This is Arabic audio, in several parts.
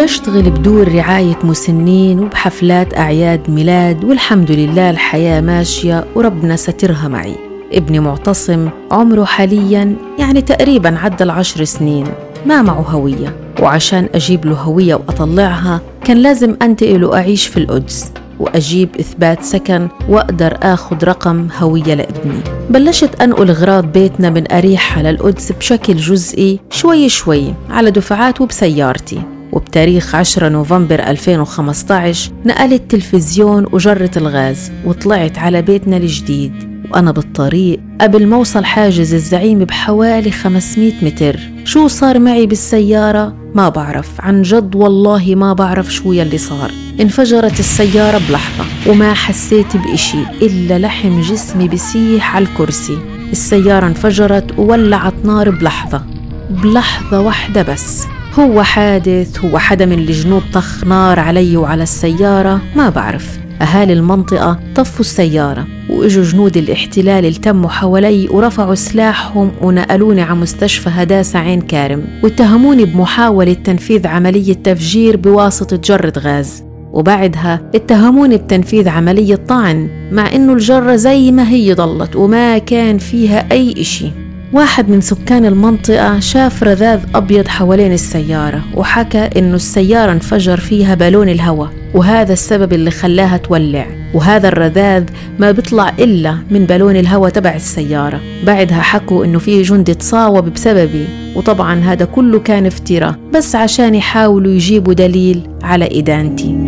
وبشتغل بدور رعاية مسنين وبحفلات أعياد ميلاد، والحمد لله الحياة ماشية وربنا سترها معي. ابني معتصم عمره حالياً يعني تقريباً عدى 10 سنين، ما معه هوية، وعشان أجيب له هوية وأطلعها كان لازم أنتقل وأعيش في القدس وأجيب إثبات سكن وأقدر أخذ رقم هوية لابني. بلشت أنقل أغراض بيتنا من أريحة للقدس بشكل جزئي شوي شوي على دفعات وبسيارتي. وبتاريخ 10 نوفمبر 2015 نقلت تلفزيون وجرة الغاز وطلعت على بيتنا الجديد. وأنا بالطريق قبل ما أوصل حاجز الزعيم بحوالي 500 متر شو صار معي بالسيارة ما بعرف، عن جد والله ما بعرف شو يلي صار. انفجرت السيارة بلحظة وما حسيت بإشي إلا لحم جسمي بسيح على الكرسي. السيارة انفجرت وولعت نار بلحظة واحدة بس. هو حادث؟ هو حدا من الجنود طخ نار علي وعلى السيارة؟ ما بعرف. أهالي المنطقة طفوا السيارة وإجوا جنود الاحتلال التموا حوالي ورفعوا سلاحهم ونقلوني على مستشفى هداسة عين كارم، واتهموني بمحاولة تنفيذ عملية تفجير بواسطة جرة غاز. وبعدها اتهموني بتنفيذ عملية طعن مع إنه الجرة زي ما هي ضلت وما كان فيها أي إشي. واحد من سكان المنطقة شاف رذاذ أبيض حوالين السيارة وحكى إنه السيارة انفجر فيها بالون الهواء وهذا السبب اللي خلاها تولع، وهذا الرذاذ ما بيطلع إلا من بالون الهواء تبع السيارة. بعدها حكوا إنه فيه جندي تصاوب بسببي، وطبعا هذا كله كان افتراء بس عشان يحاولوا يجيبوا دليل على إدانتي.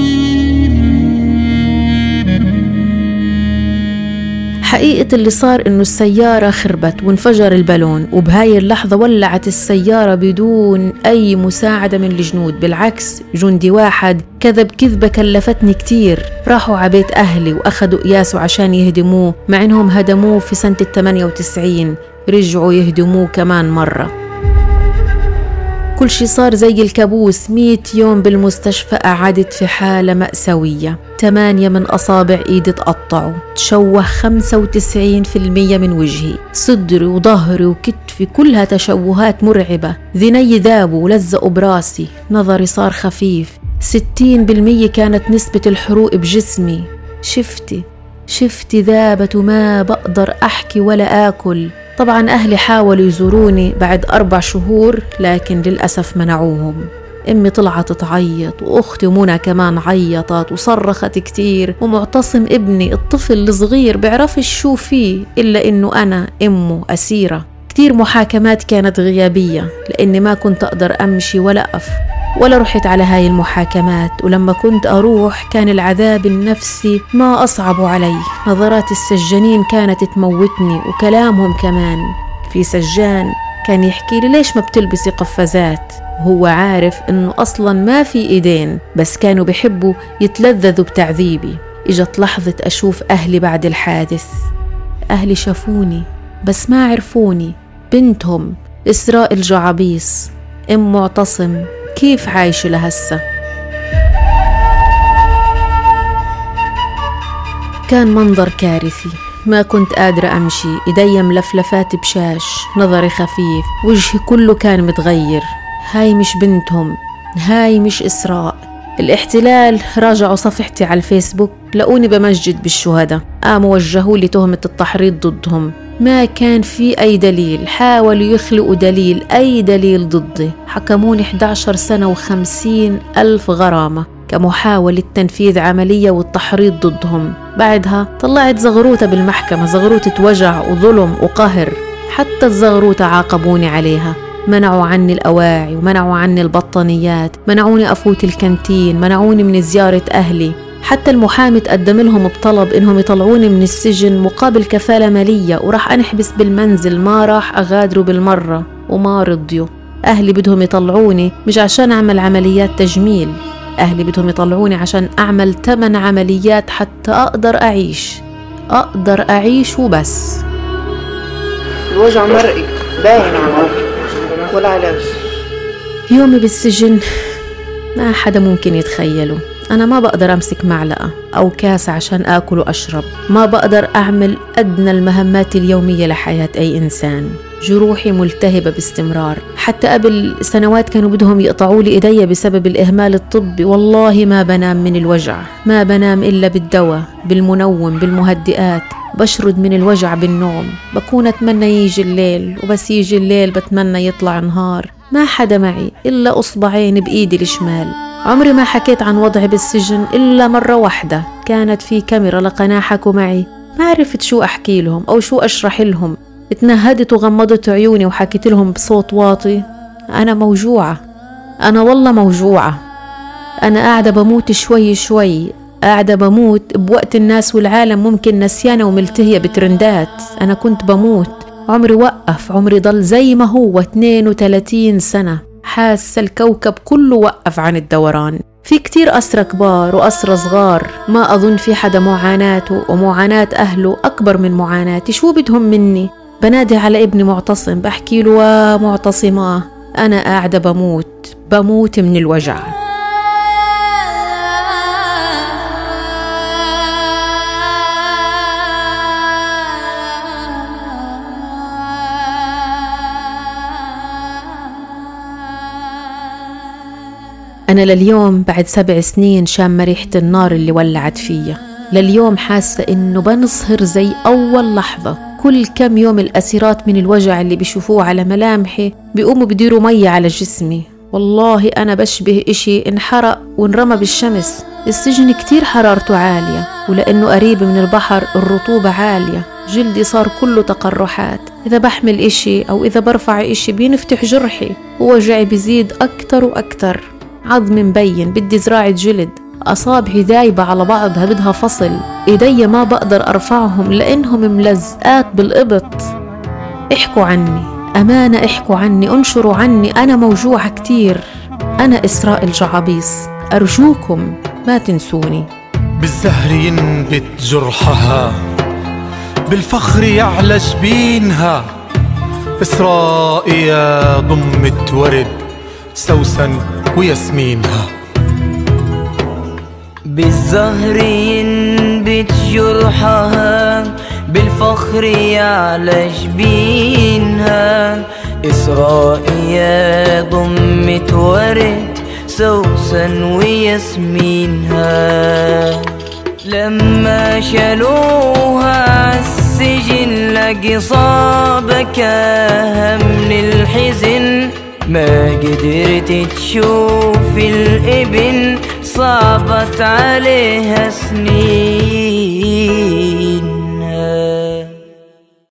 حقيقة اللي صار إنه السيارة خربت وانفجر البالون، وبهاي اللحظة ولعت السيارة بدون أي مساعدة من الجنود. بالعكس جندي واحد كذب كذبة كلفتني كتير. راحوا عبيت أهلي وأخذوا قياسه عشان يهدموه، مع إنهم هدموه في سنة 98 رجعوا يهدموه كمان مرة. كل شي صار زي الكابوس. 100 يوم بالمستشفى، قعدت في حالة مأساوية. 8 من أصابع إيدي تقطعوا، تشوه 95% من وجهي، صدري وظهري وكتفي كلها تشوهات مرعبة. ذني ذابوا ولزقوا براسي، نظري صار خفيف. 60% كانت نسبة الحروق بجسمي. شفتي ذابت وما بقدر أحكي ولا آكل. طبعا أهلي حاولوا يزوروني بعد 4 شهور لكن للأسف منعوهم. أمي طلعت تعيط وأختي منى كمان عيطت وصرخت كتير، ومعتصم ابني الطفل الصغير بعرفش شو فيه إلا إنه أنا أمه أسيرة. كتير محاكمات كانت غيابية لأني ما كنت أقدر أمشي ولا أقف ولا رحت على هاي المحاكمات، ولما كنت أروح كان العذاب النفسي ما أصعب علي. نظرات السجانين كانت تموتني وكلامهم كمان. في سجان كان يحكي لي ليش ما بتلبسي قفازات، وهو عارف إنه أصلاً ما في إيدين، بس كانوا بيحبوا يتلذذوا بتعذيبي. إجت لحظة أشوف أهلي بعد الحادث. أهلي شافوني بس ما عرفوني. بنتهم إسراء الجعابيس أم معتصم كيف عايشة لهسه. كان منظر كارثي، ما كنت قادرة أمشي، إيدي ملفلفات بشاش، نظري خفيف، وجهي كله كان متغير. هاي مش بنتهم، هاي مش إسراء. الاحتلال راجعوا صفحتي على الفيسبوك، لقوني بمسجد بالشهداء، قاموا وجهوا لي تهمة التحريض ضدهم. ما كان في أي دليل، حاولوا يخلقوا دليل، أي دليل ضدي. حكموني 11 سنة و50,000 غرامة كمحاولة تنفيذ عملية والتحريض ضدهم. بعدها طلعت زغروتة بالمحكمة، زغروتة وجع وظلم وقهر. حتى الزغروتة عاقبوني عليها، منعوا عني الأواعي ومنعوا عني البطانيات، منعوني أفوت الكانتين، منعوني من زيارة أهلي. حتى المحامي تقدم لهم بطلب إنهم يطلعوني من السجن مقابل كفالة مالية وراح أنحبس بالمنزل، ما راح أغادروا بالمرة وما رضيوا. أهلي بدهم يطلعوني مش عشان أعمل عمليات تجميل، أهلي بدهم يطلعوني عشان أعمل 8 عمليات حتى أقدر أعيش وبس. الوجع مرئي باين على والعلاج. يومي بالسجن ما حدا ممكن يتخيله. أنا ما بقدر أمسك معلقة أو كاس عشان آكل وأشرب، ما بقدر أعمل أدنى المهمات اليومية لحياة أي إنسان. جروحي ملتهبة باستمرار. حتى قبل سنوات كانوا بدهم يقطعوا لي إيدي بسبب الإهمال الطبي. والله ما بنام من الوجع، ما بنام إلا بالدواء، بالمنوم، بالمهدئات. بشرد من الوجع بالنوم. بكون أتمنى يجي الليل، وبس يجي الليل بتمنى يطلع نهار. ما حدا معي إلا أصبعين بإيدي الشمال. عمري ما حكيت عن وضعي بالسجن إلا مرة واحدة، كانت في كاميرا لقناة حكوا معي. ما عرفت شو أحكي لهم أو شو أشرح لهم. اتنهدت وغمضت عيوني وحكيت لهم بصوت واطي: أنا موجوعة، أنا والله موجوعة. أنا قاعدة بموت شوي شوي، قاعدة بموت بوقت الناس والعالم ممكن نسيانة وملتهية بترندات. أنا كنت بموت. عمري وقف، عمري ضل زي ما هو 32 سنة. حاسة الكوكب كله وقف عن الدوران. في كتير أسرى كبار وأسرى صغار، ما أظن في حدا معاناته ومعاناة أهله أكبر من معاناتي. شو بدهم مني؟ بنادي على ابني معتصم، بحكي له: معتصمة، أنا قاعدة بموت من الوجع. أنا لليوم بعد 7 سنين شامة ريحة النار اللي ولعت فيا. لليوم حاسة إنه بنصهر زي أول لحظة. كل كم يوم الأسيرات من الوجع اللي بيشوفوه على ملامحي بيقوموا بديروا مية على جسمي. والله أنا بشبه إشي انحرق وانرمى بالشمس. السجن كتير حرارته عالية، ولأنه قريب من البحر الرطوبة عالية. جلدي صار كله تقرحات. إذا بحمل إشي أو إذا برفع إشي بينفتح جرحي، ووجعي بيزيد أكتر وأكتر. عظمي مبين، بدي زراعة جلد. أصابعي ذايبة على بعضها بدها فصل. إيدي ما بقدر أرفعهم لأنهم ملزقات بالإبط. احكوا عني، أمانة احكوا عني، انشروا عني. أنا موجوعة كتير. أنا إسراء الجعابيص، أرجوكم ما تنسوني. بالزهر ينبت جرحها، بالفخر يعلى جبينها. إسراء يا ضمة ورد، سوسن وياسمينها. بالزهر ينبت جرحها، بالفخر يعلى جبينها. إسراء يا ضمة ورد، سوسن وياسمينها. لما شالوها عالسجن لقصابة كاها من الحزن. ما قدرت تشوف الابن، صعبت عليها سنين.